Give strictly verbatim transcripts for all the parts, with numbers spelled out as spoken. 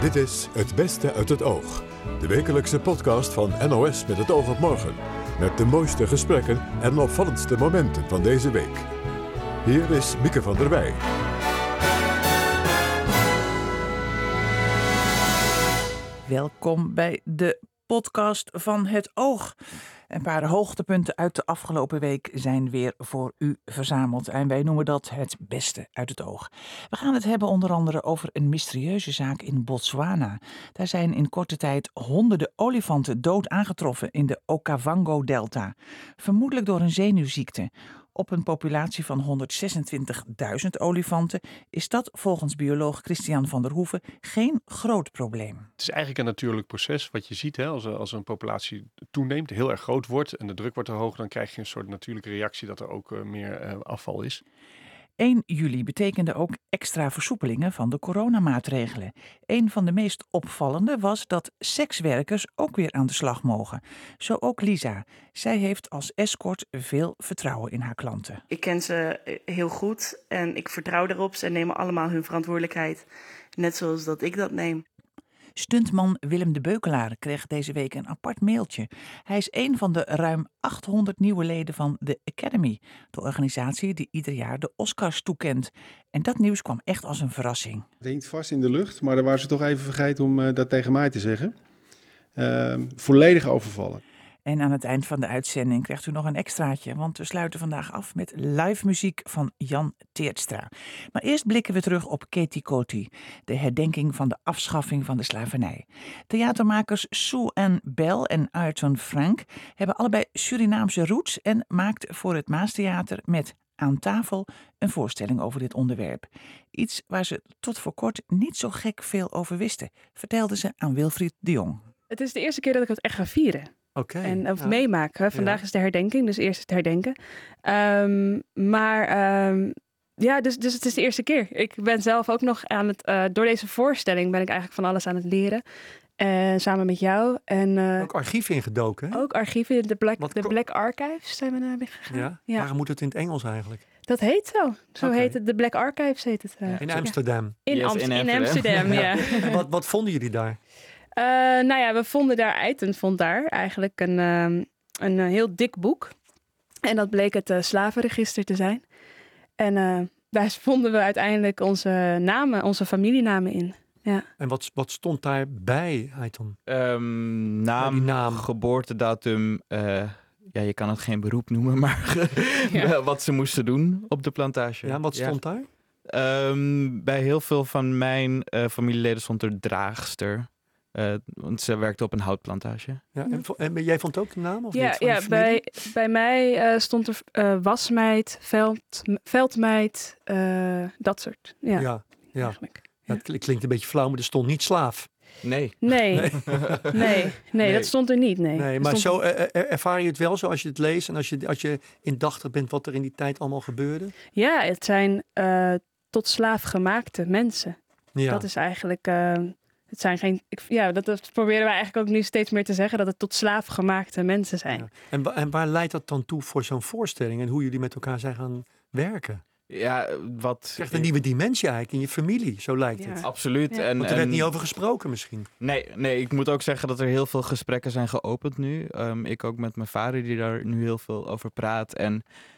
Dit is Het Beste uit het Oog. De wekelijkse podcast van N O S met het oog op morgen. Met de mooiste gesprekken en opvallendste momenten van deze week. Hier is Mieke van der Wij. Welkom bij de podcast van Het Oog. Een paar hoogtepunten uit de afgelopen week zijn weer voor u verzameld. En wij noemen dat het beste uit het oog. We gaan het hebben onder andere over een mysterieuze zaak in Botswana. Daar zijn in korte tijd honderden olifanten dood aangetroffen in de Okavango-delta. Vermoedelijk door een zenuwziekte. Op een populatie van honderdzesentwintigduizend olifanten is dat volgens bioloog Christian van der Hoeven geen groot probleem. Het is eigenlijk een natuurlijk proces wat je ziet hè, als, als een populatie toeneemt, heel erg groot wordt en de druk wordt te hoog, dan krijg je een soort natuurlijke reactie dat er ook uh, meer uh, afval is. één juli betekende ook extra versoepelingen van de coronamaatregelen. Een van de meest opvallende was dat sekswerkers ook weer aan de slag mogen. Zo ook Lisa. Zij heeft als escort veel vertrouwen in haar klanten. Ik ken ze heel goed en ik vertrouw erop. Ze nemen allemaal hun verantwoordelijkheid, net zoals dat ik dat neem. Stuntman Willem de Beukelaar kreeg deze week een apart mailtje. Hij is een van de ruim achthonderd nieuwe leden van The Academy, de organisatie die ieder jaar de Oscars toekent. En dat nieuws kwam echt als een verrassing. Het hinkt vast in de lucht, maar daar waren ze toch even vergeten om uh, dat tegen mij te zeggen. Uh, volledig overvallen. En aan het eind van de uitzending krijgt u nog een extraatje, want we sluiten vandaag af met live muziek van Jan Teertstra. Maar eerst blikken we terug op Katie Coty, de herdenking van de afschaffing van de slavernij. Theatermakers Sue Ann Bell en Ayrton Frank hebben allebei Surinaamse roots en maakt voor het Maastheater met Aan tafel een voorstelling over dit onderwerp. Iets waar ze tot voor kort niet zo gek veel over wisten, vertelde ze aan Wilfried de Jong. Het is de eerste keer dat ik het echt ga vieren. Oké. Okay, en of ja. meemaken. Vandaag ja. is de herdenking, dus eerst het herdenken. Um, maar um, ja, dus, dus het is de eerste keer. Ik ben zelf ook nog aan het, uh, door deze voorstelling ben ik eigenlijk van alles aan het leren. Uh, samen met jou. En, uh, ook archieven ingedoken, hè? Ook archieven, de Black, Wat de ko- Black Archives zijn we naar gegaan. Ja? ja. Waarom moet het in het Engels eigenlijk? Dat heet zo. Zo okay. heet het. De Black Archives heet het. Uh, in Amsterdam? Ja. In, yes, Am- in, in Amsterdam, Amsterdam ja. En wat, wat vonden jullie daar? Uh, nou ja, we vonden daar, Ayrton vond daar eigenlijk een, um, een uh, heel dik boek. En dat bleek het uh, slavenregister te zijn. En uh, daar vonden we uiteindelijk onze namen, onze familienamen in. Ja. En wat, wat stond daarbij, Ayrton? Um, naam, ja, naam, geboortedatum, uh, ja, je kan het geen beroep noemen, maar ja. wat ze moesten doen op de plantage. Ja, wat stond ja. daar? Um, bij heel veel van mijn uh, familieleden stond er draagster. Uh, want ze werkte op een houtplantage. Ja, en, en jij vond ook de naam? Of ja, niet, van ja bij, bij mij uh, stond er uh, wasmeid, veld, veldmeid, uh, dat soort. Ja, ja, ja. Eigenlijk. Ja. Het klinkt een beetje flauw, maar er stond niet slaaf. Nee. Nee, nee, nee, nee, dat stond er niet. Nee, nee maar stond... zo er, er, ervaar je het wel zo als je het leest en als je, als je indachtig bent wat er in die tijd allemaal gebeurde? Ja, het zijn uh, tot slaaf gemaakte mensen. Ja. Dat is eigenlijk... Uh, Het zijn geen, ik, ja, dat, dat proberen we eigenlijk ook nu steeds meer te zeggen, dat het tot slaafgemaakte mensen zijn. Ja. En, en waar leidt dat dan toe voor zo'n voorstelling en hoe jullie met elkaar zijn gaan werken? Ja, wat... Het is echt een nieuwe dimensie eigenlijk in je familie, zo lijkt het. Ja. Absoluut. Ja. En, Want er werd en... niet over gesproken misschien. Nee, nee, ik moet ook zeggen dat er heel veel gesprekken zijn geopend nu. Um, ik ook met mijn vader die daar nu heel veel over praat. En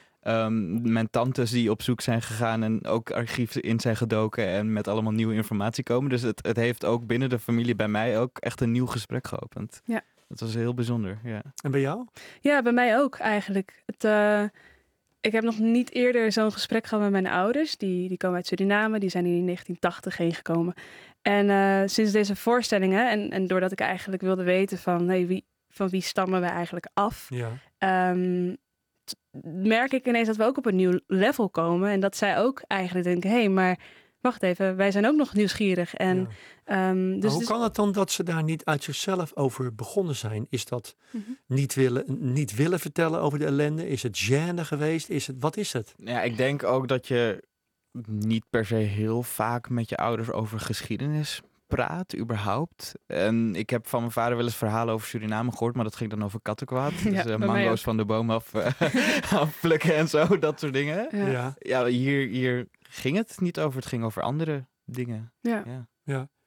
um, mijn tantes die op zoek zijn gegaan en ook archieven in zijn gedoken en met allemaal nieuwe informatie komen. Dus het, het heeft ook binnen de familie bij mij ook echt een nieuw gesprek geopend. Ja. Dat was heel bijzonder, ja. En bij jou? Ja, bij mij ook eigenlijk. Het, uh, ik heb nog niet eerder zo'n gesprek gehad met mijn ouders. Die, die komen uit Suriname, die zijn hier in negentien tachtig heen gekomen. En uh, sinds deze voorstellingen, en, en doordat ik eigenlijk wilde weten van, hey, wie, van wie stammen we eigenlijk af, ja. um, t- merk ik ineens dat we ook op een nieuw level komen. En dat zij ook eigenlijk denken, hé, hey, maar wacht even, wij zijn ook nog nieuwsgierig. En, ja. um, dus, maar hoe dus... kan het dan dat ze daar niet uit zichzelf over begonnen zijn? Is dat Mm-hmm. niet, willen, niet willen vertellen over de ellende? Is het gêne geweest? Is het, wat is het? Ja, ik denk ook dat je niet per se heel vaak met je ouders over geschiedenis praat, überhaupt. En ik heb van mijn vader wel eens verhalen over Suriname gehoord, maar dat ging dan over kattenkwaad. Ja, dus uh, bij mij mango's ook. van de boom af, uh, afplukken en zo, dat soort dingen. Ja. Ja. Ja, hier, hier ging het niet over. Het ging over andere dingen. Ja. Ja. Ja.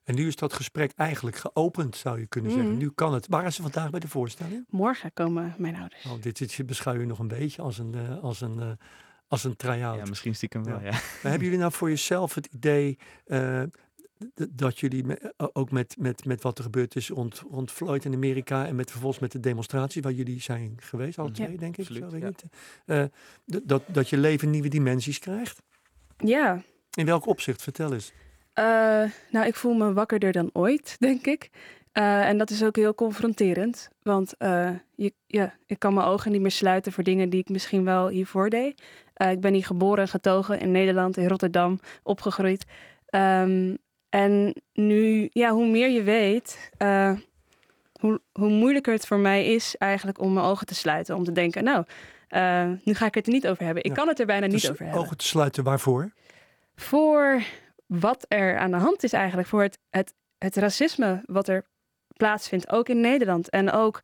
En nu is dat gesprek eigenlijk geopend, zou je kunnen Mm. zeggen. Nu kan het. Waren ze vandaag bij de voorstelling? Morgen komen mijn ouders. Oh, dit, dit beschouw je nog een beetje als een, uh, als een, uh, als een try-out. Ja, misschien stiekem wel, ja. Maar hebben jullie nou voor jezelf het idee uh, d- dat jullie me, ook met, met, met wat er gebeurd is rond, rond Floyd in Amerika en met vervolgens met de demonstratie waar jullie zijn geweest, alle twee, ja, denk ik, absoluut, zo, weet ja. niet. Uh, d- dat, dat je leven nieuwe dimensies krijgt? Ja. In welk opzicht? Vertel eens. Uh, nou, ik voel me wakkerder dan ooit, denk ik. Uh, en dat is ook heel confronterend. Want uh, je, ja, ik kan mijn ogen niet meer sluiten voor dingen die ik misschien wel hiervoor deed. Uh, ik ben hier geboren en getogen in Nederland, in Rotterdam, opgegroeid. Um, en nu, ja, hoe meer je weet, uh, hoe, hoe moeilijker het voor mij is eigenlijk om mijn ogen te sluiten. Om te denken, nou, uh, nu ga ik het er niet over hebben. Ik ja. kan het er bijna dus niet over hebben. Ogen te sluiten, waarvoor? Voor wat er aan de hand is eigenlijk. Voor het, het, het racisme wat er plaatsvindt, ook in Nederland. En ook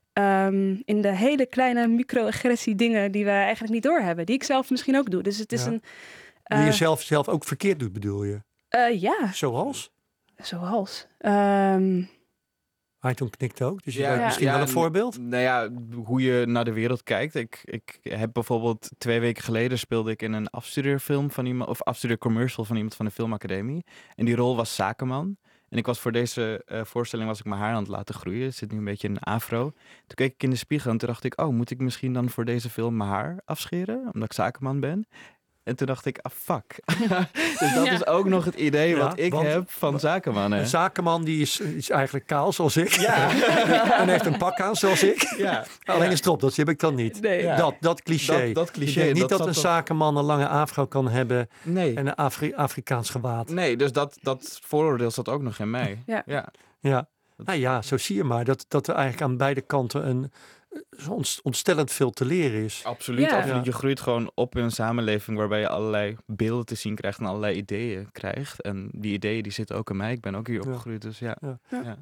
um, in de hele kleine microagressie dingen die we eigenlijk niet doorhebben. Die ik zelf misschien ook doe. Dus het is ja. een... Uh, die je zelf, zelf ook verkeerd doet, bedoel je? Uh, ja. Zoals? Zoals? Um... Aiton knikt ook, dus je ja, ja, misschien ja, wel een voorbeeld? Nou ja, hoe je naar de wereld kijkt. Ik, ik heb bijvoorbeeld twee weken geleden speelde ik in een afstudeerfilm van iemand, of afstudeercommercial van iemand van de filmacademie. En die rol was zakenman. En ik was voor deze uh, voorstelling was ik mijn haar aan het laten groeien. Het zit nu een beetje in een afro. Toen keek ik in de spiegel en toen dacht ik, oh, moet ik misschien dan voor deze film mijn haar afscheren? Omdat ik zakenman ben. En toen dacht ik, ah fuck. Dus dat ja. is ook nog het idee ja, wat ik want, heb van zakenmannen. Een zakenman die is, is eigenlijk kaal zoals ik. Ja. En heeft een pak aan zoals ik. Ja. Alleen ja. een stropdas, die heb ik dan niet. Nee. Ja. Dat, dat cliché. Dat, dat cliché. Niet dat, dat een zakenman een lange afro kan hebben nee. en een Afri- Afrikaans gewaad. Nee, dus dat, dat vooroordeel zat ook nog in mij. Ja. ja. ja. Nou ja, zo zie je maar. Dat, dat er eigenlijk aan beide kanten een... ontstellend veel te leren is. Absoluut, ja. absoluut. Je groeit gewoon op in een samenleving waarbij je allerlei beelden te zien krijgt en allerlei ideeën krijgt. En die ideeën die zitten ook in mij. Ik ben ook hier opgegroeid, dus ja. ja. ja. ja.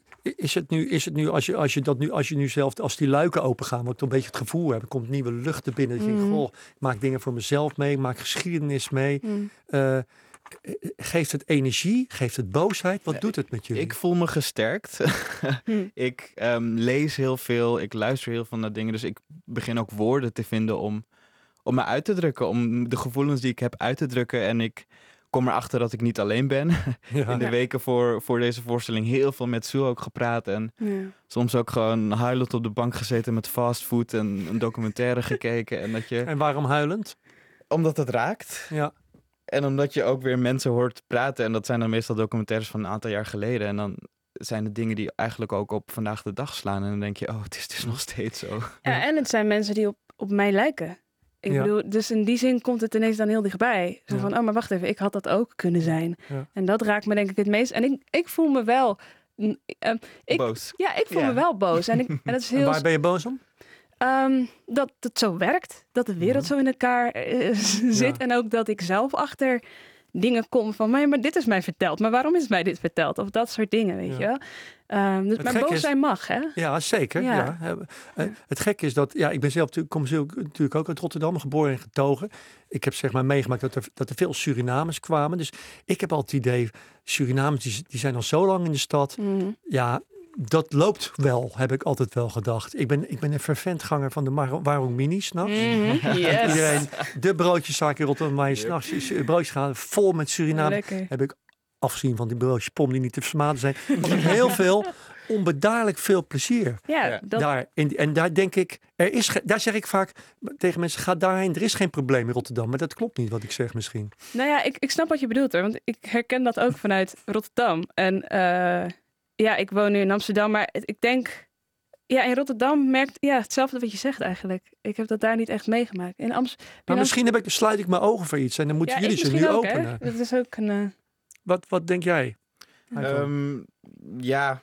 Is het nu, is het nu, als je, als je dat nu, als je nu zelf, als die luiken open gaan, wat ik een beetje het gevoel heb, er komt nieuwe lucht er binnen. Dat je mm. denkt, goh, ik maak dingen voor mezelf mee, ik maak geschiedenis mee. Mm. Uh, Geeft het energie? Geeft het boosheid? Wat ja, doet het met jullie? Ik voel me gesterkt. hm. Ik um, lees heel veel. Ik luister heel veel naar dingen. Dus ik begin ook woorden te vinden om, om me uit te drukken. Om de gevoelens die ik heb uit te drukken. En ik kom erachter dat ik niet alleen ben. Ja. In de weken voor, voor deze voorstelling heel veel met Sue ook gepraat. En ja. soms ook gewoon huilend op de bank gezeten met fastfood. En een documentaire gekeken. En, dat je... en waarom huilend? Omdat het raakt. Ja. En omdat je ook weer mensen hoort praten. En dat zijn dan meestal documentaires van een aantal jaar geleden. En dan zijn het dingen die eigenlijk ook op vandaag de dag slaan. En dan denk je, oh, het is dus nog steeds zo. Ja, en het zijn mensen die op, op mij lijken. Ik ja. bedoel, dus in die zin komt het ineens dan heel dichtbij. Zo ja. van, oh, maar wacht even, ik had dat ook kunnen zijn. Ja. En dat raakt me denk ik het meest. En ik, ik voel me wel... Uh, ik, boos. Ja, ik voel ja. me wel boos. En, ik, en, dat is heel... en waar ben je boos om? Um, dat het zo werkt, dat de wereld zo in elkaar uh, zit. Ja. En ook dat ik zelf achter dingen kom van... Maar, maar dit is mij verteld, maar waarom is mij dit verteld? Of dat soort dingen, weet ja. je wel. Um, dus maar boos is, zijn mag, hè? Ja, zeker. Ja. Ja. Uh, het gekke is dat... Ja, ik ben zelf kom natuurlijk ook uit Rotterdam, geboren en getogen. Ik heb zeg maar meegemaakt dat er, dat er veel Surinamers kwamen. Dus ik heb altijd het idee... Surinamers die, die zijn al zo lang in de stad. Mm. Ja... Dat loopt wel, heb ik altijd wel gedacht. Ik ben, ik ben een ferventganger van de Mar- Warung Mini s'nachts. Mm-hmm. Yes. Iedereen, de broodjeszaak in Rotterdam, waar je s'nachts broodjes gaan, vol met Suriname. Heb ik, afgezien van die broodjes pom die niet te versmaden zijn, had ik heel veel, onbedaarlijk veel plezier. Ja, dat... daar, en, en daar denk ik, er is ge- daar zeg ik vaak tegen mensen, ga daarheen, er is geen probleem in Rotterdam. Maar dat klopt niet wat ik zeg misschien. Nou ja, ik, ik snap wat je bedoelt hoor, want ik herken dat ook vanuit Rotterdam. En... Uh... Ja, ik woon nu in Amsterdam, maar ik denk... Ja, in Rotterdam merkt... Ja, hetzelfde wat je zegt eigenlijk. Ik heb dat daar niet echt meegemaakt. In Amst- in maar misschien heb ik, sluit ik mijn ogen voor iets en dan moeten ja, jullie ze nu ook, openen. Hè? Dat is ook een... Uh... Wat, wat denk jij? Um, ja,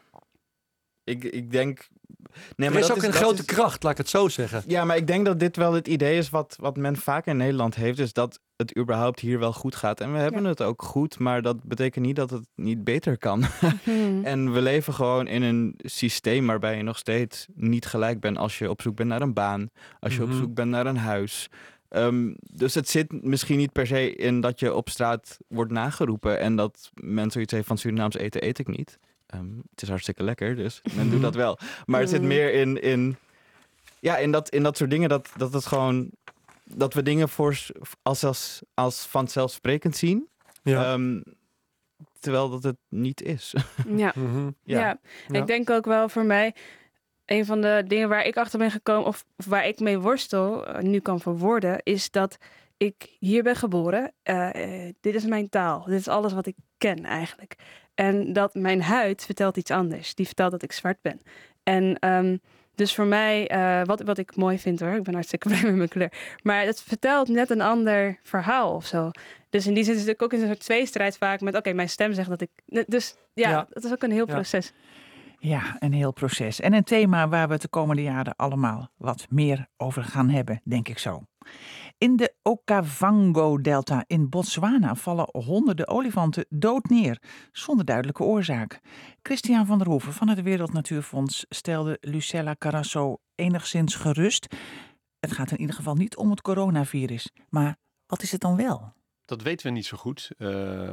ik, ik denk... Nee, maar er is dat ook is, een grote is... kracht, laat ik het zo zeggen. Ja, maar ik denk dat dit wel het idee is wat, wat men vaak in Nederland heeft. Is dat het überhaupt hier wel goed gaat. En we hebben ja. het ook goed, maar dat betekent niet dat het niet beter kan. Hmm. En we leven gewoon in een systeem waarbij je nog steeds niet gelijk bent als je op zoek bent naar een baan. Als je mm-hmm. op zoek bent naar een huis. Um, dus het zit misschien niet per se in dat je op straat wordt nageroepen en dat mensen zoiets heeft van Surinaams eten eet ik niet. Um, het is hartstikke lekker, dus men doet dat wel. Maar het zit meer in, in, ja, in, dat, in dat soort dingen dat, dat het gewoon dat we dingen voor, als, als, als vanzelfsprekend zien. Ja. Um, terwijl dat het niet is. Ja. Mm-hmm. Ja. Ja. ja, ik denk ook wel voor mij, een van de dingen waar ik achter ben gekomen, of waar ik mee worstel, uh, nu kan verwoorden, is dat ik hier ben geboren. Uh, uh, dit is mijn taal. Dit is alles wat ik ken eigenlijk. En dat mijn huid vertelt iets anders. Die vertelt dat ik zwart ben. En um, dus voor mij, uh, wat, wat ik mooi vind hoor, ik ben hartstikke blij met mijn kleur. Maar het vertelt net een ander verhaal of zo. Dus in die zin is het ook in een soort tweestrijd vaak met, oké, okay, mijn stem zegt dat ik... Dus ja, Ja. dat is ook een heel Ja. proces. Ja, een heel proces. En een thema waar we het de komende jaren allemaal wat meer over gaan hebben, denk ik zo. In de Okavango-delta in Botswana vallen honderden olifanten dood neer, zonder duidelijke oorzaak. Christian van der Hoeven van het Wereld Natuurfonds stelde Lucella Carasso enigszins gerust. Het gaat in ieder geval niet om het coronavirus, maar wat is het dan wel? Dat weten we niet zo goed. Uh,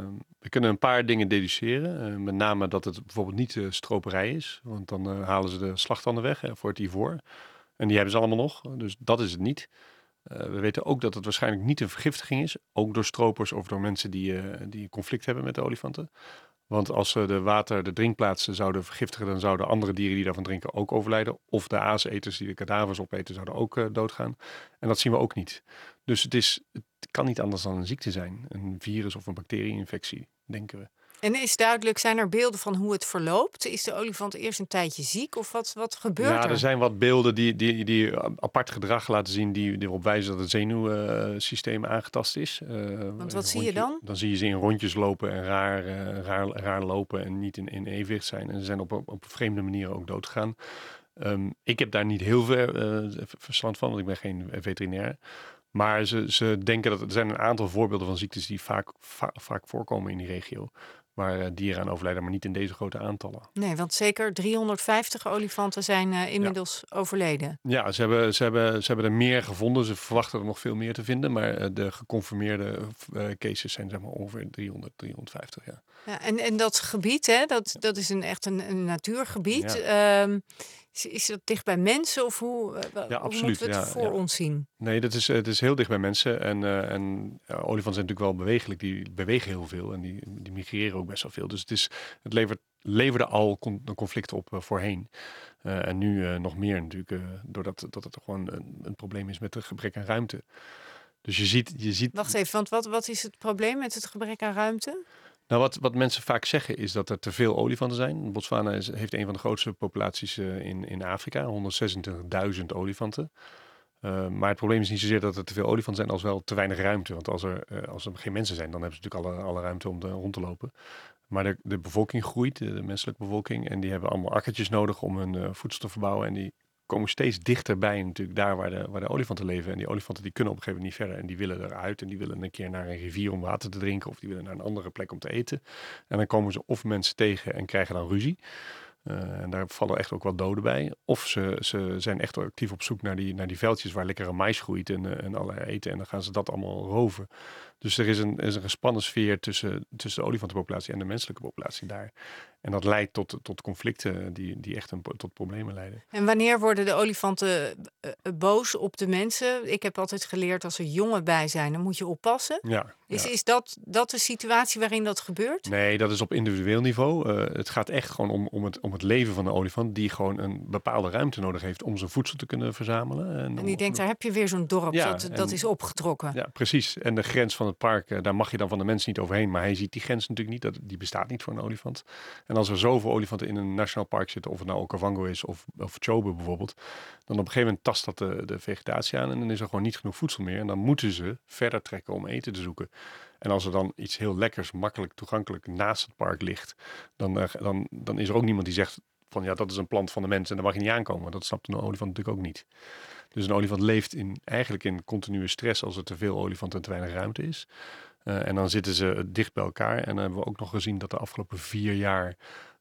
we kunnen een paar dingen deduceren. Uh, met name dat het bijvoorbeeld niet uh, stroperij is. Want dan uh, halen ze de slagtanden weg hè, voor het ivoor. En die hebben ze allemaal nog. Dus dat is het niet. Uh, we weten ook dat het waarschijnlijk niet een vergiftiging is. Ook door stropers of door mensen die, uh, die conflict hebben met de olifanten. Want als ze de water, de drinkplaatsen zouden vergiftigen, dan zouden andere dieren die daarvan drinken ook overlijden. Of de aaseters die de kadavers opeten zouden ook uh, doodgaan. En dat zien we ook niet. Dus het, is, het kan niet anders dan een ziekte zijn. Een virus of een bacterie-infectie, denken we. En is duidelijk, zijn er beelden van hoe het verloopt? Is de olifant eerst een tijdje ziek of wat, wat gebeurt ja, er? Er zijn wat beelden die, die, die apart gedrag laten zien, die, die erop wijzen dat het zenuwsysteem aangetast is. Uh, Want wat zie rondje, je dan? Dan zie je ze in rondjes lopen en raar, uh, raar, raar lopen en niet in, in evenwicht zijn. En ze zijn op, op een vreemde manier ook doodgegaan. Um, ik heb daar niet heel veel uh, verstand van, want ik ben geen veterinair. Maar ze, ze denken dat er zijn een aantal voorbeelden van ziektes die vaak, va- vaak voorkomen in die regio. Waar uh, dieren aan overlijden, maar niet in deze grote aantallen. Nee, want zeker driehonderdvijftig olifanten zijn uh, inmiddels ja. overleden. Ja, ze hebben, ze, hebben, ze hebben er meer gevonden. Ze verwachten er nog veel meer te vinden. Maar uh, de geconfirmeerde uh, cases zijn zeg maar ongeveer driehonderd, driehonderdvijftig. Ja. Ja, en, en dat gebied, hè, dat, dat is een, echt een, een natuurgebied. Ja. Um, is, is dat dicht bij mensen of hoe, uh, ja, hoe absoluut, moeten we het ja, voor ja. ons zien? Nee, dat is, het is heel dicht bij mensen. En, uh, en uh, olifanten zijn natuurlijk wel bewegelijk. Die bewegen heel veel en die, die migreren ook best wel veel. Dus het, is, het levert, leverde al con- een conflict op uh, voorheen. Uh, en nu uh, nog meer natuurlijk, uh, doordat dat het gewoon een, een probleem is met het gebrek aan ruimte. Dus je ziet... Je ziet Wacht even, want wat, wat is het probleem met het gebrek aan ruimte? Nou, wat, wat mensen vaak zeggen is dat er te veel olifanten zijn. Botswana is, heeft een van de grootste populaties uh, in, in Afrika, honderdzesentwintigduizend olifanten. Uh, maar het probleem is niet zozeer dat er te veel olifanten zijn als wel te weinig ruimte. Want als er, uh, als er geen mensen zijn, dan hebben ze natuurlijk alle, alle ruimte om de, rond te lopen. Maar de, de bevolking groeit, de, de menselijke bevolking. En die hebben allemaal akkertjes nodig om hun uh, voedsel te verbouwen. En die komen steeds dichterbij natuurlijk daar waar de, waar de olifanten leven. En die olifanten die kunnen op een gegeven moment niet verder. En die willen eruit en die willen een keer naar een rivier om water te drinken. Of die willen naar een andere plek om te eten. En dan komen ze of mensen tegen en krijgen dan ruzie. Uh, en daar vallen echt ook wat doden bij. Of ze, ze zijn echt actief op zoek naar die, naar die veldjes waar lekkere mais groeit en, uh, en allerlei eten. En dan gaan ze dat allemaal roven. Dus er is een, er is een gespannen sfeer tussen, tussen de olifantenpopulatie en de menselijke populatie daar. En dat leidt tot, tot conflicten die, die echt een, tot problemen leiden. En wanneer worden de olifanten uh, boos op de mensen? Ik heb altijd geleerd, als er jongen bij zijn, dan moet je oppassen. Ja, is ja. is dat, dat de situatie waarin dat gebeurt? Nee, dat is op individueel niveau. Uh, het gaat echt gewoon om, om, het, om het leven van de olifant, die gewoon een bepaalde ruimte nodig heeft om zijn voedsel te kunnen verzamelen. En, en die om, denkt, daar heb je weer zo'n dorp, ja, dat, en, dat is opgetrokken. Ja, precies. En de grens van het park, uh, daar mag je dan van de mensen niet overheen. Maar hij ziet die grens natuurlijk niet, dat, die bestaat niet voor een olifant. En als er zoveel olifanten in een nationaal park zitten, of het nou Okavango is of, of Chobe bijvoorbeeld, dan op een gegeven moment tast dat de, de vegetatie aan en dan is er gewoon niet genoeg voedsel meer. En dan moeten ze verder trekken om eten te zoeken. En als er dan iets heel lekkers, makkelijk toegankelijk naast het park ligt, dan, uh, dan, dan is er ook niemand die zegt van ja, dat is een plant van de mensen en daar mag je niet aankomen. Dat snapt een olifant natuurlijk ook niet. Dus een olifant leeft in, eigenlijk in continue stress als er te veel olifanten en te weinig ruimte is. Uh, en dan zitten ze dicht bij elkaar. En dan hebben we ook nog gezien dat de afgelopen vier jaar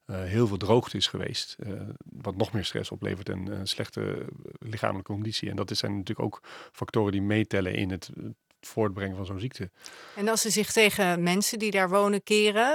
uh, heel veel droogte is geweest. Uh, wat nog meer stress oplevert en uh, slechte lichamelijke conditie. En dat zijn natuurlijk ook factoren die meetellen in het voortbrengen van zo'n ziekte. En als ze zich tegen mensen die daar wonen keren,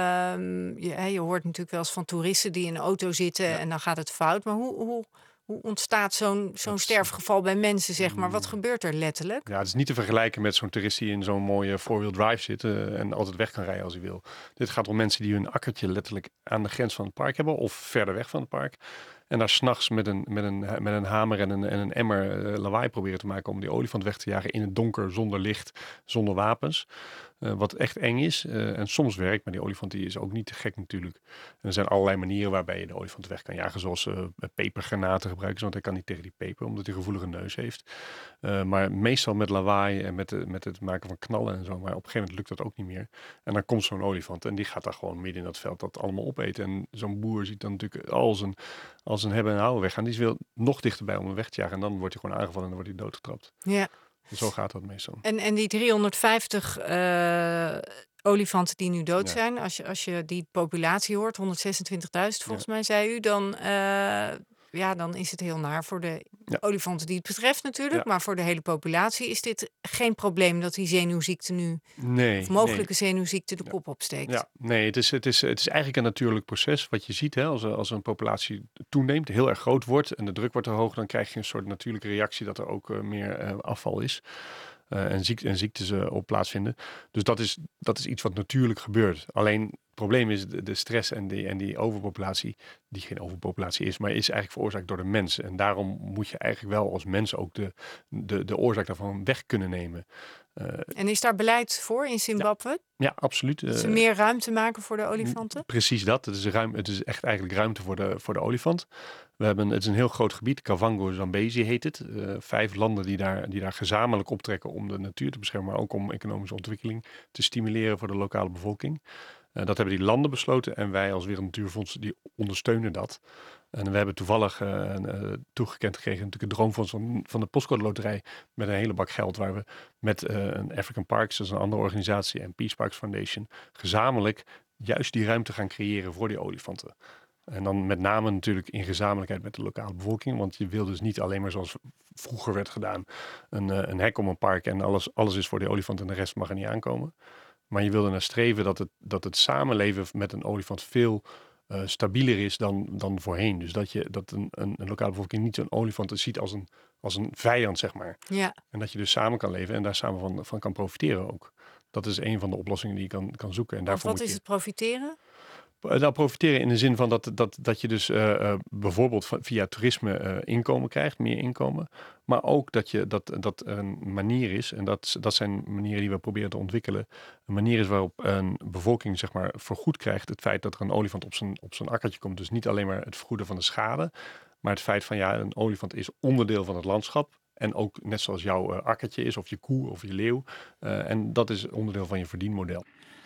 uh, je, je hoort natuurlijk wel eens van toeristen die in een auto zitten ja. en dan gaat het fout. Maar hoe, hoe, hoe ontstaat zo'n, zo'n sterfgeval bij mensen, zeg maar? Wat gebeurt er letterlijk? Ja, het is niet te vergelijken met zo'n toerist die in zo'n mooie four-wheel drive zit uh, en altijd weg kan rijden als hij wil. Dit gaat om mensen die hun akkertje letterlijk aan de grens van het park hebben of verder weg van het park. En daar s'nachts met een, met, een, met een hamer en een, en een emmer uh, lawaai proberen te maken om die olifant weg te jagen in het donker, zonder licht, zonder wapens. Uh, wat echt eng is. Uh, en soms werkt, maar die olifant die is ook niet te gek natuurlijk. En er zijn allerlei manieren waarbij je de olifant weg kan jagen. Zoals uh, pepergranaten gebruiken, want hij kan niet tegen die peper, omdat hij een gevoelige neus heeft. Uh, maar meestal met lawaai en met, de, met het maken van knallen en zo. Maar op een gegeven moment lukt dat ook niet meer. En dan komt zo'n olifant en die gaat daar gewoon midden in dat veld dat allemaal opeten. En zo'n boer ziet dan natuurlijk al zijn, al zijn hebben en houden weggaan. Die wil nog dichterbij om hem weg te jagen. En dan wordt hij gewoon aangevallen en dan wordt hij doodgetrapt. Ja. Zo gaat dat meestal. En, en die driehonderdvijftig uh, olifanten die nu dood ja. zijn, als je, als je die populatie hoort, honderdzesentwintigduizend volgens ja. mij zei u, dan, uh, ja, dan is het heel naar voor de ja. olifanten die het betreft natuurlijk. Ja. Maar voor de hele populatie is dit geen probleem dat die zenuwziekte nu, nee, of mogelijke nee. zenuwziekte de ja. kop opsteekt. Ja, nee, het is, het, is, het is eigenlijk een natuurlijk proces wat je ziet. Hè, als, als een populatie toeneemt, heel erg groot wordt en de druk wordt te hoog, dan krijg je een soort natuurlijke reactie dat er ook uh, meer uh, afval is. Uh, en, ziek, en ziektes uh, op plaatsvinden. Dus dat is, dat is iets wat natuurlijk gebeurt. Alleen het probleem is de, de stress en die, en die overpopulatie, die geen overpopulatie is, maar is eigenlijk veroorzaakt door de mens. En daarom moet je eigenlijk wel als mens ook de, de, de oorzaak daarvan weg kunnen nemen. Uh, en is daar beleid voor in Zimbabwe? Ja, ja, absoluut. Dat ze meer ruimte maken voor de olifanten? Precies dat. Het is, ruim, het is echt eigenlijk ruimte voor de, voor de olifant. We hebben, het is een heel groot gebied, Kavango Zambezi heet het. Uh, vijf landen die daar, die daar gezamenlijk optrekken om de natuur te beschermen, maar ook om economische ontwikkeling te stimuleren voor de lokale bevolking. Uh, dat hebben die landen besloten en wij als Wereld Natuurfonds die ondersteunen dat. En we hebben toevallig uh, uh, toegekend gekregen natuurlijk het droomfonds van, van de Postcode Loterij met een hele bak geld waar we met uh, een African Parks, dat is een andere organisatie, en Peace Parks Foundation gezamenlijk juist die ruimte gaan creëren voor die olifanten. En dan met name natuurlijk in gezamenlijkheid met de lokale bevolking. Want je wil dus niet alleen maar zoals vroeger werd gedaan, een, uh, een hek om een park en alles, alles is voor die olifant en de rest mag er niet aankomen. Maar je wil er naar streven dat het, dat het samenleven met een olifant veel uh, stabieler is dan, dan voorheen. Dus dat, je, dat een, een, een lokale bevolking niet een olifant ziet als een, als een vijand, zeg maar. Ja. En dat je dus samen kan leven en daar samen van, van kan profiteren ook. Dat is een van de oplossingen die je kan, kan zoeken. En daarvoor wat moet is je... het profiteren? Nou, profiteren in de zin van dat, dat, dat je dus uh, uh, bijvoorbeeld via toerisme uh, inkomen krijgt, meer inkomen. Maar ook dat je dat, dat een manier is, en dat, dat zijn manieren die we proberen te ontwikkelen. Een manier is waarop een bevolking zeg maar vergoed krijgt het feit dat er een olifant op zijn, op zijn akkertje komt. Dus niet alleen maar het vergoeden van de schade, maar het feit van ja, een olifant is onderdeel van het landschap. En ook net zoals jouw uh, akkertje is, of je koe of je leeuw. Uh, en dat is onderdeel van je verdienmodel.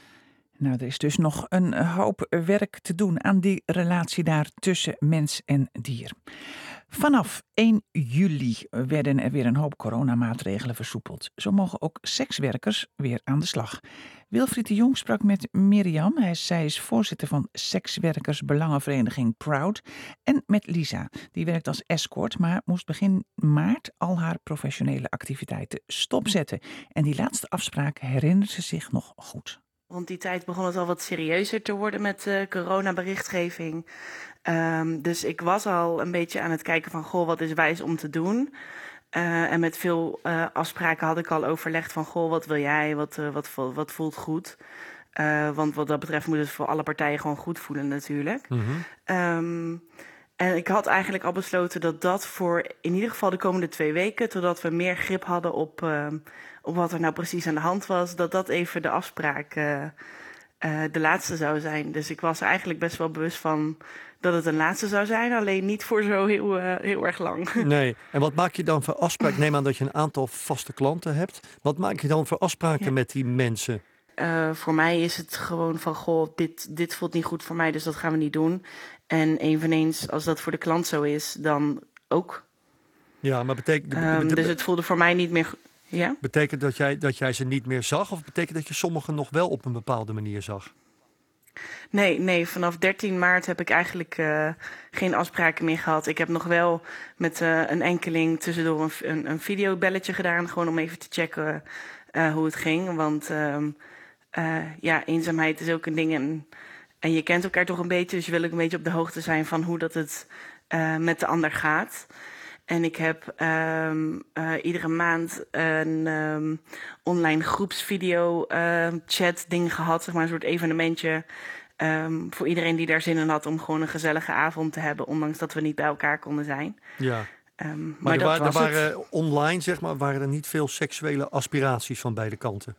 Nou, er is dus nog een hoop werk te doen aan die relatie daar tussen mens en dier. Vanaf één juli werden er weer een hoop coronamaatregelen versoepeld. Zo mogen ook sekswerkers weer aan de slag. Wilfried de Jong sprak met Mirjam. Hij, zij is voorzitter van sekswerkersbelangenvereniging Proud. En met Lisa. Die werkt als escort, maar moest begin maart al haar professionele activiteiten stopzetten. En die laatste afspraak herinnert ze zich nog goed. Rond die tijd begon het al wat serieuzer te worden met uh, coronaberichtgeving. Um, dus ik was al een beetje aan het kijken van, goh, wat is wijs om te doen? Uh, en met veel uh, afspraken had ik al overlegd van, goh, wat wil jij? Wat, uh, wat, wat voelt goed? Uh, want wat dat betreft moet het voor alle partijen gewoon goed voelen natuurlijk. Mm-hmm. Um, en ik had eigenlijk al besloten dat dat voor in ieder geval de komende twee weken, totdat we meer grip hadden op, uh, op wat er nou precies aan de hand was, dat dat even de afspraak uh, uh, de laatste zou zijn. Dus ik was er eigenlijk best wel bewust van dat het een laatste zou zijn, alleen niet voor zo heel, uh, heel erg lang. Nee, en wat maak je dan voor afspraak? Neem aan dat je een aantal vaste klanten hebt. Wat maak je dan voor afspraken ja. met die mensen? Uh, voor mij is het gewoon van, goh, dit, dit voelt niet goed voor mij, dus dat gaan we niet doen. En eveneens, als dat voor de klant zo is, dan ook. Ja, maar betekent... Um, dus het voelde voor mij niet meer... Ja? Betekent dat jij, dat jij ze niet meer zag? Of betekent dat je sommigen nog wel op een bepaalde manier zag? Nee, nee, vanaf dertien maart heb ik eigenlijk uh, geen afspraken meer gehad. Ik heb nog wel met uh, een enkeling tussendoor een, een, een videobelletje gedaan. Gewoon om even te checken uh, hoe het ging. Want uh, uh, ja, eenzaamheid is ook een ding. En, en je kent elkaar toch een beetje. Dus je wil ook een beetje op de hoogte zijn van hoe dat het uh, met de ander gaat. En ik heb um, uh, iedere maand een um, online groepsvideo uh, chat ding gehad. Zeg maar een soort evenementje. Um, voor iedereen die daar zin in had om gewoon een gezellige avond te hebben. Ondanks dat we niet bij elkaar konden zijn. Ja. Um, maar maar er, dat waren, was er waren het. online, zeg maar, waren er niet veel seksuele aspiraties van beide kanten?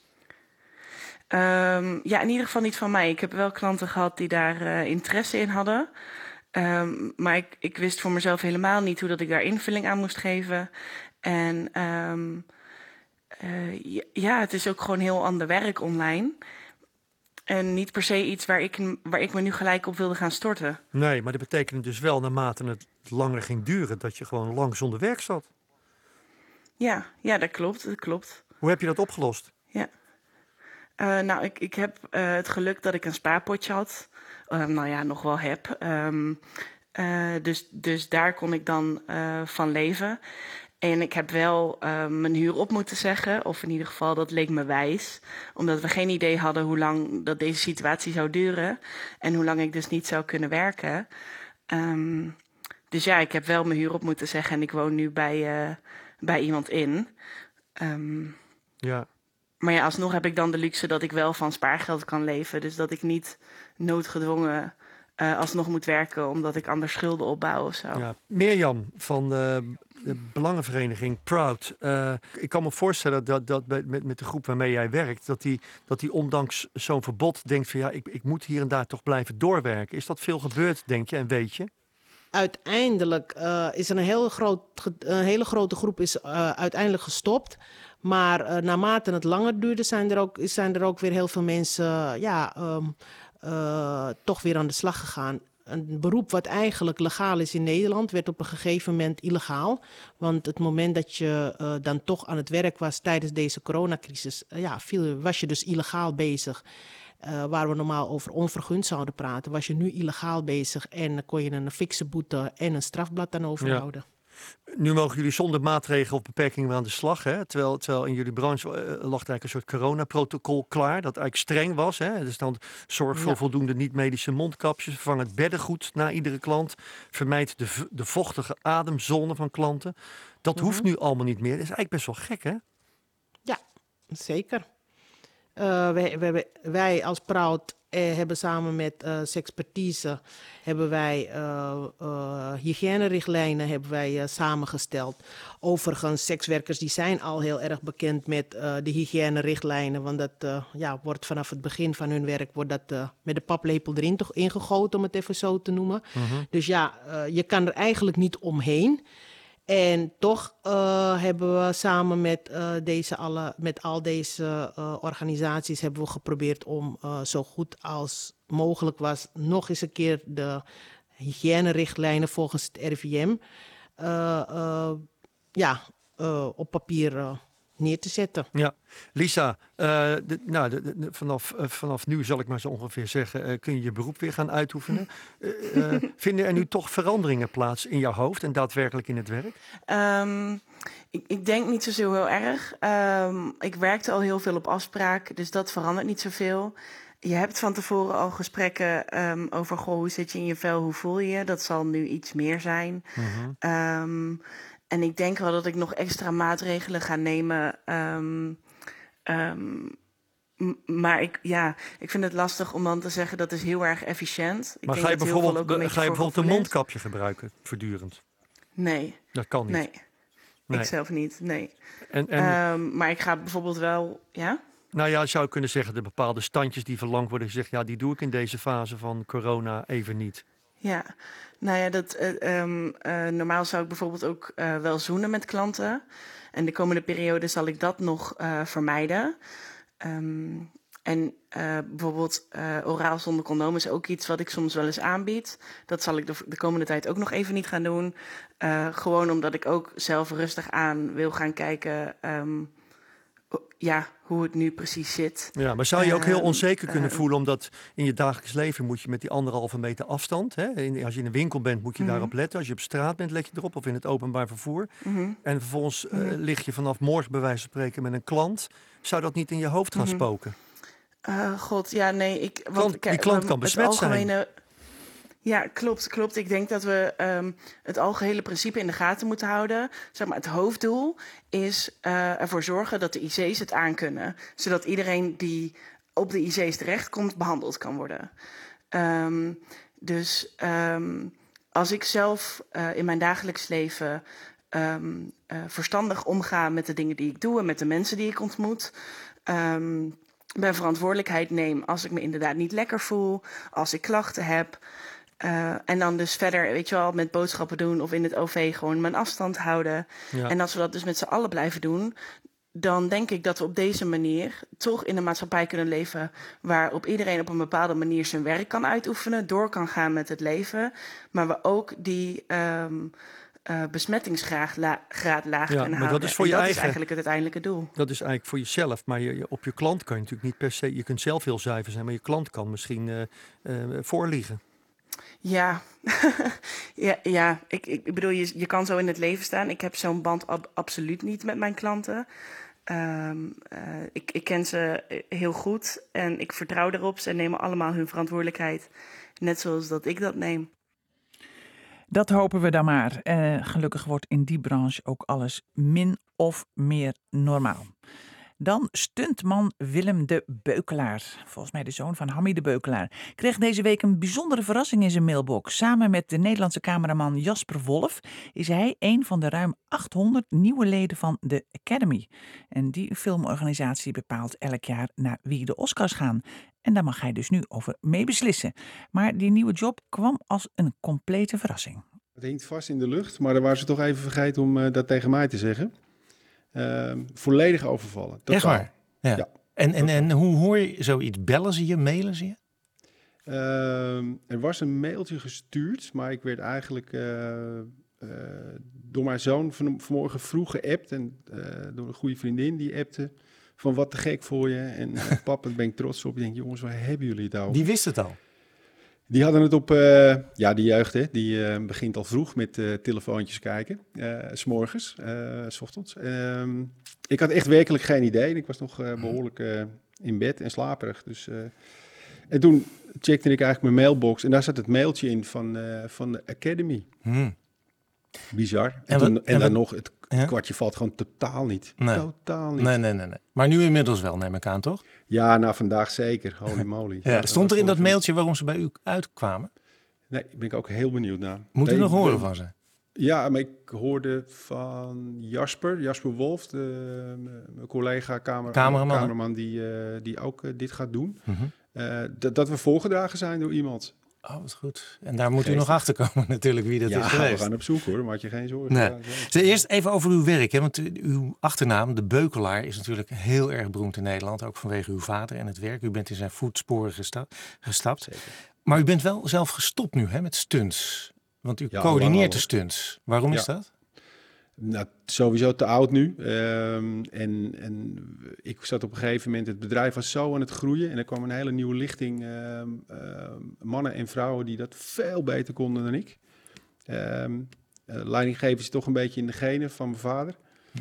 Um, ja, in ieder geval niet van mij. Ik heb wel klanten gehad die daar uh, interesse in hadden. Um, maar ik, ik wist voor mezelf helemaal niet hoe dat ik daar invulling aan moest geven. En um, uh, ja, ja, het is ook gewoon heel ander werk online. En niet per se iets waar ik, waar ik me nu gelijk op wilde gaan storten. Nee, maar dat betekende dus wel naarmate het langer ging duren dat je gewoon lang zonder werk zat. Ja, ja, dat klopt, dat klopt. Hoe heb je dat opgelost? Ja. Uh, nou, ik, ik heb uh, het geluk dat ik een spaarpotje had. Uh, nou ja, nog wel heb. Um, uh, dus, dus daar kon ik dan uh, van leven. En ik heb wel uh, mijn huur op moeten zeggen. Of in ieder geval, dat leek me wijs. Omdat we geen idee hadden hoe lang dat deze situatie zou duren. En hoe lang ik dus niet zou kunnen werken. Um, dus ja, ik heb wel mijn huur op moeten zeggen. En ik woon nu bij, uh, bij iemand in. Um, ja. Maar ja, alsnog heb ik dan de luxe dat ik wel van spaargeld kan leven. Dus dat ik niet noodgedwongen uh, alsnog moet werken omdat ik anders schulden opbouw of zo. Ja. Mirjam van uh, de belangenvereniging Proud. Uh, ik kan me voorstellen dat, dat met, met de groep waarmee jij werkt, dat die, dat die ondanks zo'n verbod denkt van ja, ik, ik moet hier en daar toch blijven doorwerken. Is dat veel gebeurd, denk je, en weet je? Uiteindelijk uh, is er een hele, groot, een hele grote groep is, uh, uiteindelijk gestopt. Maar uh, naarmate het langer duurde, zijn er ook, zijn er ook weer heel veel mensen uh, ja, um, uh, toch weer aan de slag gegaan. Een beroep wat eigenlijk legaal is in Nederland, werd op een gegeven moment illegaal. Want het moment dat je uh, dan toch aan het werk was tijdens deze coronacrisis, uh, ja, viel, was je dus illegaal bezig. Uh, waar we normaal over onvergund zouden praten, was je nu illegaal bezig en kon je een fikse boete en een strafblad aan overhouden. Ja. Nu mogen jullie zonder maatregelen of beperkingen weer aan de slag. Hè? Terwijl, terwijl in jullie branche uh, lag eigenlijk een soort coronaprotocol klaar. Dat eigenlijk streng was. Hè? Dus dan zorg voor ja. voldoende niet-medische mondkapjes. Vervang het beddengoed na iedere klant. Vermijd de, v- de vochtige ademzone van klanten. Dat mm-hmm. hoeft nu allemaal niet meer. Dat is eigenlijk best wel gek, hè? Ja, zeker. Uh, wij, wij, wij als Proud eh, hebben samen met uh, Sexpertise hebben wij uh, uh, hygiënerichtlijnen hebben wij, uh, samengesteld. Overigens, sekswerkers die zijn al heel erg bekend met uh, de hygiënerichtlijnen. Want dat uh, ja, wordt vanaf het begin van hun werk wordt dat, uh, met de paplepel erin toch ingegoten, om het even zo te noemen. Mm-hmm. Dus ja, uh, je kan er eigenlijk niet omheen. En toch uh, hebben we samen met, uh, deze alle, met al deze uh, organisaties hebben we geprobeerd om uh, zo goed als mogelijk was nog eens een keer de hygiënerichtlijnen volgens het R I V M uh, uh, ja, uh, op papier uh, neer te zetten. Ja, Lisa, uh, de, nou, de, de, vanaf, uh, vanaf nu zal ik maar zo ongeveer zeggen, uh, kun je je beroep weer gaan uitoefenen. Uh, uh, vinden er nu toch veranderingen plaats in jouw hoofd en daadwerkelijk in het werk? Um, ik, ik denk niet zozeer heel erg. Um, ik werkte al heel veel op afspraak, dus dat verandert niet zoveel. Je hebt van tevoren al gesprekken um, over, goh, hoe zit je in je vel, hoe voel je je? Dat zal nu iets meer zijn. Mm-hmm. Um, En ik denk wel dat ik nog extra maatregelen ga nemen. Um, um, m- maar ik, ja, ik vind het lastig om dan te zeggen dat is heel erg efficiënt. Ik maar denk ga je dat heel bijvoorbeeld, veel ook een ga je bijvoorbeeld een is. mondkapje gebruiken voortdurend? Nee. Dat kan niet. Nee, nee. ik zelf niet, nee. En, en... Um, maar ik ga bijvoorbeeld wel, ja? Nou ja, zou je kunnen zeggen, de bepaalde standjes die verlangd worden gezegd, ja, die doe ik in deze fase van corona even niet. Ja, nou ja, dat, uh, um, uh, normaal zou ik bijvoorbeeld ook uh, wel zoenen met klanten. En de komende periode zal ik dat nog uh, vermijden. Um, en uh, bijvoorbeeld uh, oraal zonder condoom is ook iets wat ik soms wel eens aanbied. Dat zal ik de, de komende tijd ook nog even niet gaan doen. Uh, gewoon omdat ik ook zelf rustig aan wil gaan kijken um, ja, hoe het nu precies zit. Ja, maar zou je ook heel Ehm, onzeker kunnen eh, voelen, omdat in je dagelijks leven moet je met die anderhalve meter afstand. Hè? In- Als je in een winkel bent, moet je Mhm. daarop letten. Als je op straat bent, let je erop, of in het openbaar vervoer. mhm, En vervolgens eh, Mhm. lig je vanaf morgen bij wijze van spreken met een klant. Zou dat niet in je hoofd gaan Mhm. spoken? eh, God, ja, nee, ik... Want, Klant- die kijk, klant we- kan het besmet zijn. algemene, Ja, klopt, klopt. Ik denk dat we ehm, het algehele principe in de gaten moeten houden. Zeg maar, het hoofddoel is eh, ervoor zorgen dat de I C's het aankunnen. Zodat iedereen die op de I C's terechtkomt, behandeld kan worden. Ehm, dus ehm, als ik zelf eh, in mijn dagelijks leven ehm, eh, verstandig omga met de dingen die ik doe en met de mensen die ik ontmoet. ehm, mijn verantwoordelijkheid neem als ik me inderdaad niet lekker voel, als ik klachten heb. Uh, en dan dus verder, weet je wel, met boodschappen doen of in het O V gewoon mijn afstand houden. Ja. En als we dat dus met z'n allen blijven doen, dan denk ik dat we op deze manier toch in een maatschappij kunnen leven waarop iedereen op een bepaalde manier zijn werk kan uitoefenen, door kan gaan met het leven, maar we ook die um, uh, besmettingsgraad la- graad laag Ja, kunnen maar houden. dat is voor en je dat eigen- is eigenlijk het uiteindelijke doel. Dat is eigenlijk voor jezelf, maar je, je- op je klant kan je natuurlijk niet per se. Je kunt zelf heel zuiver zijn, maar je klant kan misschien uh, uh, voorliegen. Ja, ja, ja. Ik, ik ik bedoel, je, je kan zo in het leven staan. Ik heb zo'n band ab- absoluut niet met mijn klanten. Um, uh, ik, ik ken ze heel goed en ik vertrouw erop. Ze nemen allemaal hun verantwoordelijkheid, net zoals dat ik dat neem. Dat hopen we dan maar. Uh, gelukkig wordt in die branche ook alles min of meer normaal. Dan stuntman Willem de Beukelaar, volgens mij de zoon van Hammy de Beukelaar, kreeg deze week een bijzondere verrassing in zijn mailbox. Samen met de Nederlandse cameraman Jasper Wolf is hij een van de ruim achthonderd nieuwe leden van de Academy. En die filmorganisatie bepaalt elk jaar naar wie de Oscars gaan. En daar mag hij dus nu over mee beslissen. Maar die nieuwe job kwam als een complete verrassing. Het hinkt vast in de lucht, maar dan waren ze toch even vergeten om uh, dat tegen mij te zeggen. Uh, volledig overvallen. Totaal. Echt waar? Ja. Ja. En, en, en hoe hoor je zoiets? Bellen ze je? Mailen ze je? Uh, er was een mailtje gestuurd, maar ik werd eigenlijk uh, uh, door mijn zoon van, vanmorgen vroeg geappt. En uh, door een goede vriendin die appte van wat te gek voor je. En uh, pap, daar ben ik trots op. Ik denk, jongens, waar hebben jullie het over? Die wist het al? Die hadden het op, uh, ja, de jeugd, hè, die uh, begint al vroeg met uh, telefoontjes kijken, uh, 's morgens, uh, 's ochtends. Uh, ik had echt werkelijk geen idee. Ik was nog uh, behoorlijk uh, in bed en slaperig. Dus, uh, en toen checkte ik eigenlijk mijn mailbox en daar zat het mailtje in van, uh, van de Academy. Hmm. Bizar. En, en, toen, wat, en, en dan wat, nog, het ja? kwartje valt gewoon totaal niet. Nee. Totaal niet. Nee, nee, nee, nee. Maar nu inmiddels wel, neem ik aan, toch? Ja, nou vandaag zeker. Holy moly. Ja, stond er in dat mailtje waarom ze bij u uitkwamen? Nee, ben ik ook heel benieuwd naar. Moet u nee, nog horen ben, van ze? Ja, maar ik hoorde van Jasper, Jasper Wolf, de, mijn collega kamer, cameraman, cameraman die, uh, die ook uh, dit gaat doen. Mm-hmm. Uh, d- dat we voorgedragen zijn door iemand. Oh, wat goed. En daar moet Geestig. u nog achter komen natuurlijk wie dat ja, is geweest. we gaan op zoek hoor, maak je geen zorgen. Nee. Ja, eerst even over uw werk, hè? Want uw achternaam, de Beukelaar, is natuurlijk heel erg beroemd in Nederland. Ook vanwege uw vader en het werk. U bent in zijn voetsporen gesta- gestapt. Zeker. Maar u bent wel zelf gestopt nu hè, met stunts. Want u ja, coördineert de stunts. Waarom ja. is dat? Nou, sowieso te oud nu. Um, en, en ik zat op een gegeven moment, het bedrijf was zo aan het groeien. En er kwam een hele nieuwe lichting um, um, mannen en vrouwen die dat veel beter konden dan ik. Um, uh, leidinggeven is toch een beetje in de genen van mijn vader. Hm.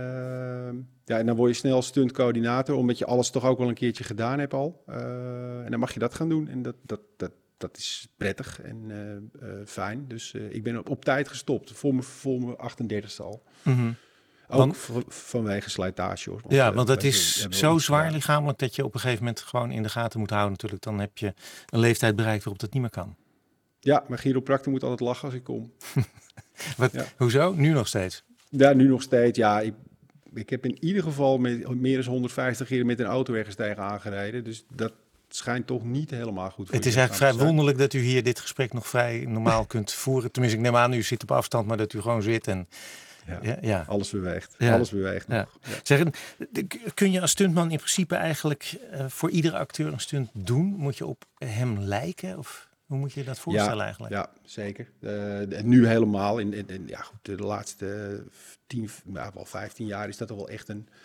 Um, ja, en dan word je snel stuntcoördinator, omdat je alles toch ook wel een keertje gedaan hebt al. Uh, en dan mag je dat gaan doen. En dat, dat, dat, dat is prettig en uh, uh, fijn. Dus uh, ik ben op, op tijd gestopt, voor mijn, voor mijn achtendertigste al. Mm-hmm. Ook want, v- vanwege slijtage. Hoor. Want, ja, want dat we, is zo zwaar ja. lichamelijk dat je op een gegeven moment gewoon in de gaten moet houden natuurlijk. Dan heb je een leeftijd bereikt waarop dat niet meer kan. Ja, mijn chiropractor moet altijd lachen als ik kom. Wat, ja. Hoezo? Nu nog steeds? Ja, nu nog steeds. Ja, ik, ik heb in ieder geval met, meer dan honderdvijftig keer met een auto ergens tegen aangereden. Dus dat schijnt toch niet helemaal goed voor Het is eigenlijk vrij wonderlijk dat u hier dit gesprek nog vrij normaal kunt voeren. Tenminste, ik neem aan, u zit op afstand, maar dat u gewoon zit en... Ja, ja, ja. alles beweegt. Ja. Alles beweegt ja. nog. Ja. Zeg, kun je als stuntman in principe eigenlijk uh, voor iedere acteur een stunt doen? Moet je op hem lijken? Of hoe moet je dat voorstellen ja, eigenlijk? Ja, zeker. Uh, nu helemaal. In, in, in, ja, goed, de laatste tien, nou, wel vijftien jaar is dat toch wel echt een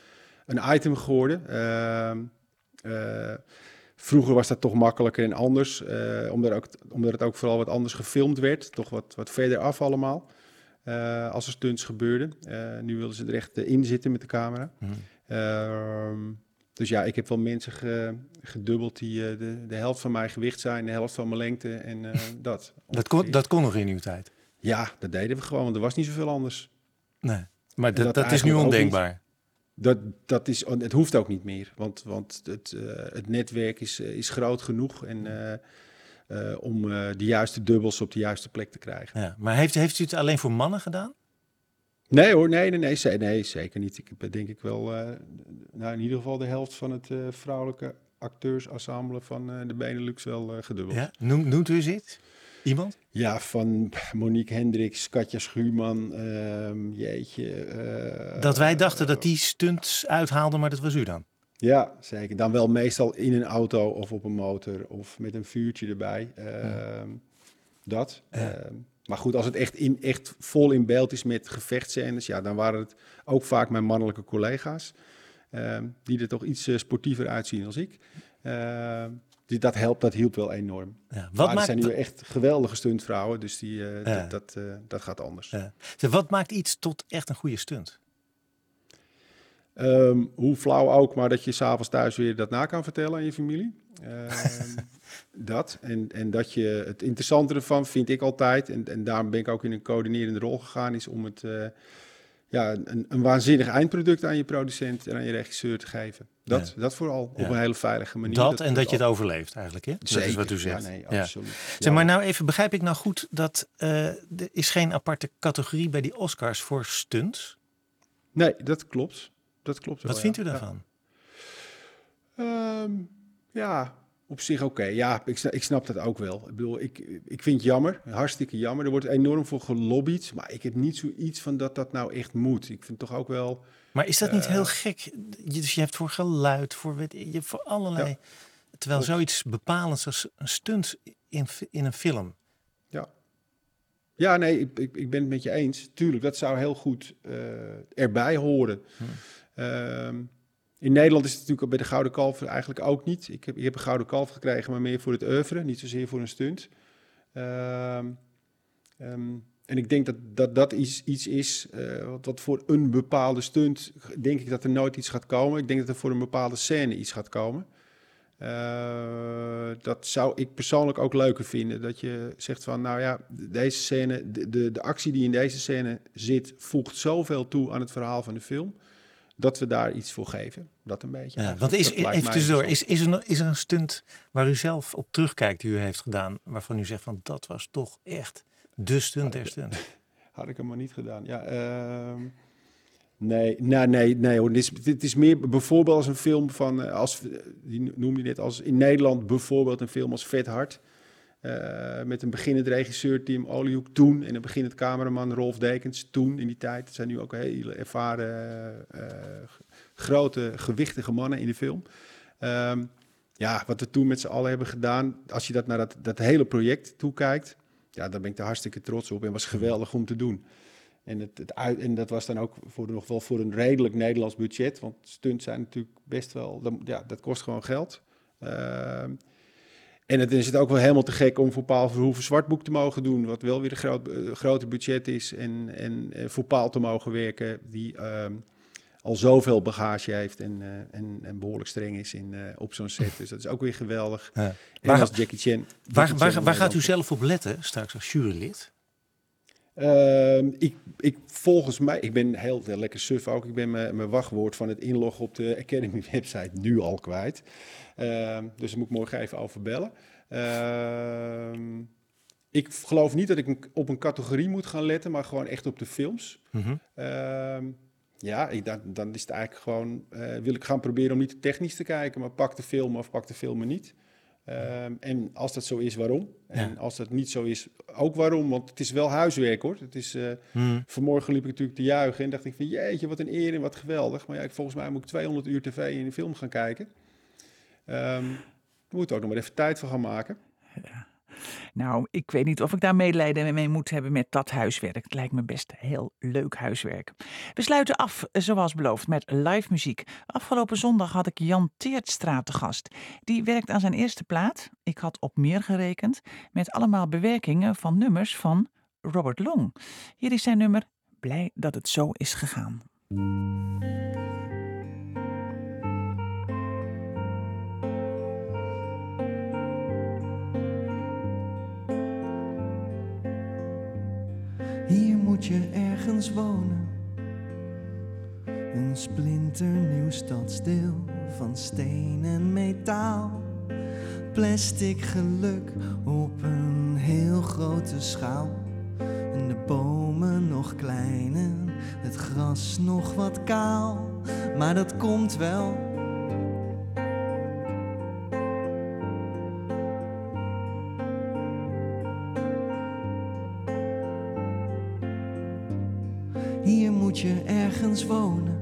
een item geworden. Uh, uh, vroeger was dat toch makkelijker en anders, uh, omdat, ook, omdat het ook vooral wat anders gefilmd werd. Toch wat, wat verder af allemaal, uh, als er stunts gebeurden. Uh, nu wilden ze er echt uh, in zitten met de camera. Mm. Uh, dus ja, ik heb wel mensen ge, gedubbeld die uh, de, de helft van mijn gewicht zijn, de helft van mijn lengte en uh, dat. dat, kon, dat kon nog in uw tijd? Ja, dat deden we gewoon, want er was niet zoveel anders. Nee, maar dat, dat, dat is nu ondenkbaar. Dat, dat is, het hoeft ook niet meer, want, want het, uh, het netwerk is, uh, is groot genoeg en, uh, uh, om uh, de juiste dubbels op de juiste plek te krijgen. Ja, maar heeft, heeft u het alleen voor mannen gedaan? Nee hoor, nee, nee, nee, nee, nee zeker niet. Ik heb denk ik wel, uh, nou in ieder geval de helft van het uh, vrouwelijke acteursensemble van uh, de Benelux wel uh, gedubbeld. Ja? Noem, noemt u eens iets? Iemand? Ja, van Monique Hendricks, Katja Schuurman, uh, jeetje. Uh, dat wij dachten uh, dat die stunts uithaalden, maar dat was u dan? Ja, zeker. Dan wel meestal in een auto of op een motor of met een vuurtje erbij. Uh, ja. Dat. Ja. Uh, maar goed, als het echt, in, echt vol in beeld is met gevechtscènes, ja, dan waren het ook vaak mijn mannelijke collega's. Uh, die er toch iets uh, sportiever uitzien als ik. Uh, Dus dat helpt, dat hielp wel enorm. Ja, wat maar maakt zijn nu echt geweldige stuntvrouwen, dus die, uh, ja. dat, dat, uh, dat gaat anders. Ja. Dus wat maakt iets tot echt een goede stunt? Um, hoe flauw ook, maar dat je 's avonds thuis weer dat na kan vertellen aan je familie. Um, dat. En, en dat je het interessante ervan, vind ik altijd, en, en daarom ben ik ook in een coördinerende rol gegaan, is om het... Uh, ja, een, een waanzinnig eindproduct aan je producent en aan je regisseur te geven. Dat, ja. dat vooral, op ja. een hele veilige manier. Dat, dat en dat je het overleeft eigenlijk, hè? Zeker. Dat is wat u zegt. Ja, nee, ja. absoluut. Zeg maar nou even, begrijp ik nou goed dat uh, er is geen aparte categorie bij die Oscars voor stunts? Nee, dat klopt. Dat klopt wel, wat vindt ja. u daarvan? Ja, um, ja op zich oké. Okay. Ja, ik, ik snap dat ook wel. Ik bedoel, ik, ik vind het jammer, hartstikke jammer. Er wordt enorm voor gelobbyd, maar ik heb niet zoiets van dat dat nou echt moet. Ik vind toch ook wel... Maar is dat niet uh, heel gek? Dus je hebt voor geluid, voor, weet je, voor allerlei... Ja. Terwijl Klopt. zoiets bepalends als een stunt in, in een film... Ja, ja nee, ik, ik, ik ben het met je eens. Tuurlijk, dat zou heel goed uh, erbij horen. Hmm. Um, In Nederland is het natuurlijk bij de Gouden Kalf eigenlijk ook niet. Ik heb, ik heb een Gouden Kalf gekregen, maar meer voor het oeuvre, niet zozeer voor een stunt. Um, um, en ik denk dat dat, dat iets, iets is uh, wat, wat voor een bepaalde stunt, denk ik dat er nooit iets gaat komen. Ik denk dat er voor een bepaalde scène iets gaat komen. Uh, dat zou ik persoonlijk ook leuker vinden. Dat je zegt van, nou ja, deze scène, de, de, de actie die in deze scène zit, voegt zoveel toe aan het verhaal van de film, dat we daar iets voor geven. Dat een beetje. Ja, want is, even tussendoor, is, is, er, is er een stunt waar u zelf op terugkijkt die u heeft gedaan, waarvan u zegt van, dat was toch echt de stunt der stunt? Had ik hem maar niet gedaan. Ja, uh, nee, nee, nee, nee hoor. Dit is, dit is meer bijvoorbeeld als een film van, als, die noemde je net, als in Nederland bijvoorbeeld een film als Vet Hard. Uh, met een beginnend regisseur Tim Oliehoek toen en een beginnend cameraman Rolf Dekens toen in die tijd. Het zijn nu ook hele ervaren, uh, grote, gewichtige mannen in de film. Um, ja, wat we toen met z'n allen hebben gedaan, als je dat naar dat, dat hele project toekijkt, ja, daar ben ik er hartstikke trots op en was geweldig om te doen. En, het, het uit, en dat was dan ook voor, nog wel voor een redelijk Nederlands budget, want stunts zijn natuurlijk best wel, ja, dat kost gewoon geld. Uh, En het is het ook wel helemaal te gek om voor Paul Verhoeven Zwartboek te mogen doen, wat wel weer een groot, uh, groter budget is. En, en uh, voor Paul te mogen werken, die uh, al zoveel bagage heeft en, uh, en, en behoorlijk streng is in, uh, op zo'n set. Dus dat is ook weer geweldig. Ja. En waar, als Jackie Chan... Jackie waar, Chan waar, waar gaat u zelf op letten, straks als jurylid? Uh, ik, ik, volgens mij, ik ben heel, heel lekker suf ook. Ik ben mijn wachtwoord van het inloggen op de Academy website nu al kwijt. Uh, dus daar moet ik morgen even over bellen. Uh, ik geloof niet dat ik op een categorie moet gaan letten, maar gewoon echt op de films. Mm-hmm. Uh, ja, ik, dan, dan is het eigenlijk gewoon, uh, wil ik gaan proberen om niet te technisch te kijken, maar pak de film of pak de film maar niet. Uh, en als dat zo is, waarom? En ja. als dat niet zo is, ook waarom? Want het is wel huiswerk, hoor. Het is, uh, hmm. Vanmorgen liep ik natuurlijk te juichen en dacht ik van, jeetje, wat een eer en wat geweldig. Maar ja, volgens mij moet ik tweehonderd uur tv in een film gaan kijken. Um, we moeten ook nog maar even tijd voor gaan maken. Ja. Nou, ik weet niet of ik daar medelijden mee moet hebben met dat huiswerk. Het lijkt me best heel leuk huiswerk. We sluiten af, zoals beloofd, met live muziek. Afgelopen zondag had ik Jan Teertstra te gast. Die werkt aan zijn eerste plaat, Ik had op meer gerekend, met allemaal bewerkingen van nummers van Robert Long. Hier is zijn nummer Blij dat het zo is gegaan. Hier moet je ergens wonen, een splinternieuw stadsdeel van steen en metaal. Plastic geluk op een heel grote schaal. En de bomen nog klein en het gras nog wat kaal. Maar dat komt wel. Hier moet je ergens wonen.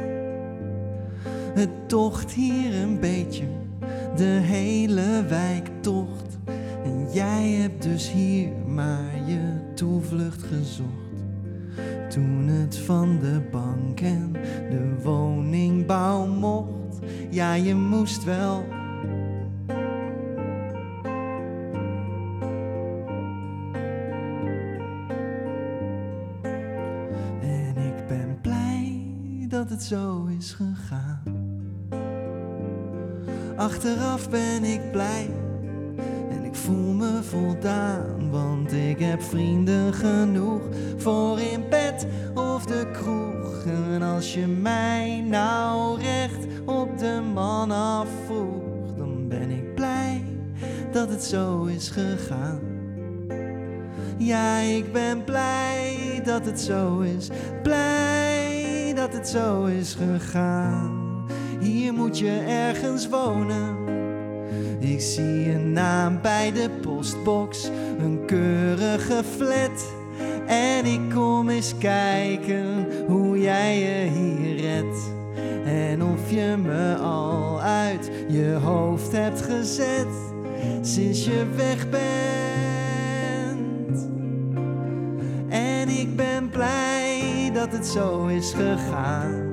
Het tocht hier een beetje, de hele wijk tocht. En jij hebt dus hier maar je toevlucht gezocht. Toen het van de bank en de woningbouw mocht. Ja, je moest wel. En ik ben blij dat het zo is gegaan. Achteraf ben ik blij en ik voel me voldaan, want ik heb vrienden genoeg voor in bed of de kroeg. En als je mij nou recht op de man afvroeg, dan ben ik blij dat het zo is gegaan. Ja, ik ben blij dat het zo is, blij dat het zo is gegaan. Hier moet je ergens wonen. Ik zie een naam bij de postbox, een keurige flat. En ik kom eens kijken hoe jij je hier redt. En of je me al uit je hoofd hebt gezet sinds je weg bent. En ik ben blij dat het zo is gegaan.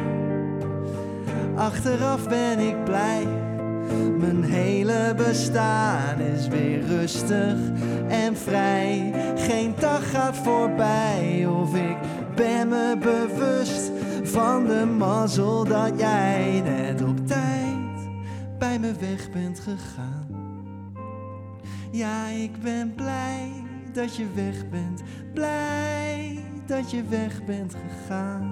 Achteraf ben ik blij, mijn hele bestaan is weer rustig en vrij. Geen dag gaat voorbij of ik ben me bewust van de mazzel dat jij net op tijd bij me weg bent gegaan. Ja, ik ben blij dat je weg bent, blij dat je weg bent gegaan.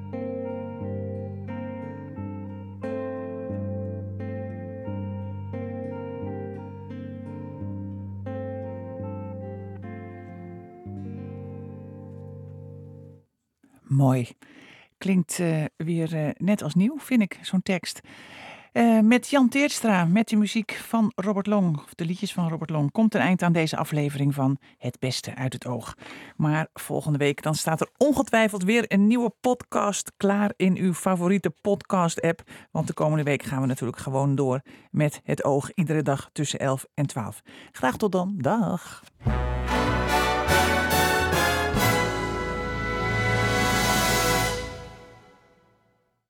Mooi. Klinkt uh, weer uh, net als nieuw, vind ik, zo'n tekst. Uh, met Jan Teertstra, met de muziek van Robert Long, of de liedjes van Robert Long, komt een eind aan deze aflevering van Het Beste uit het Oog. Maar volgende week dan staat er ongetwijfeld weer een nieuwe podcast klaar in uw favoriete podcast-app. Want de komende week gaan we natuurlijk gewoon door met Het Oog, iedere dag tussen elf en twaalf. Graag tot dan. Dag.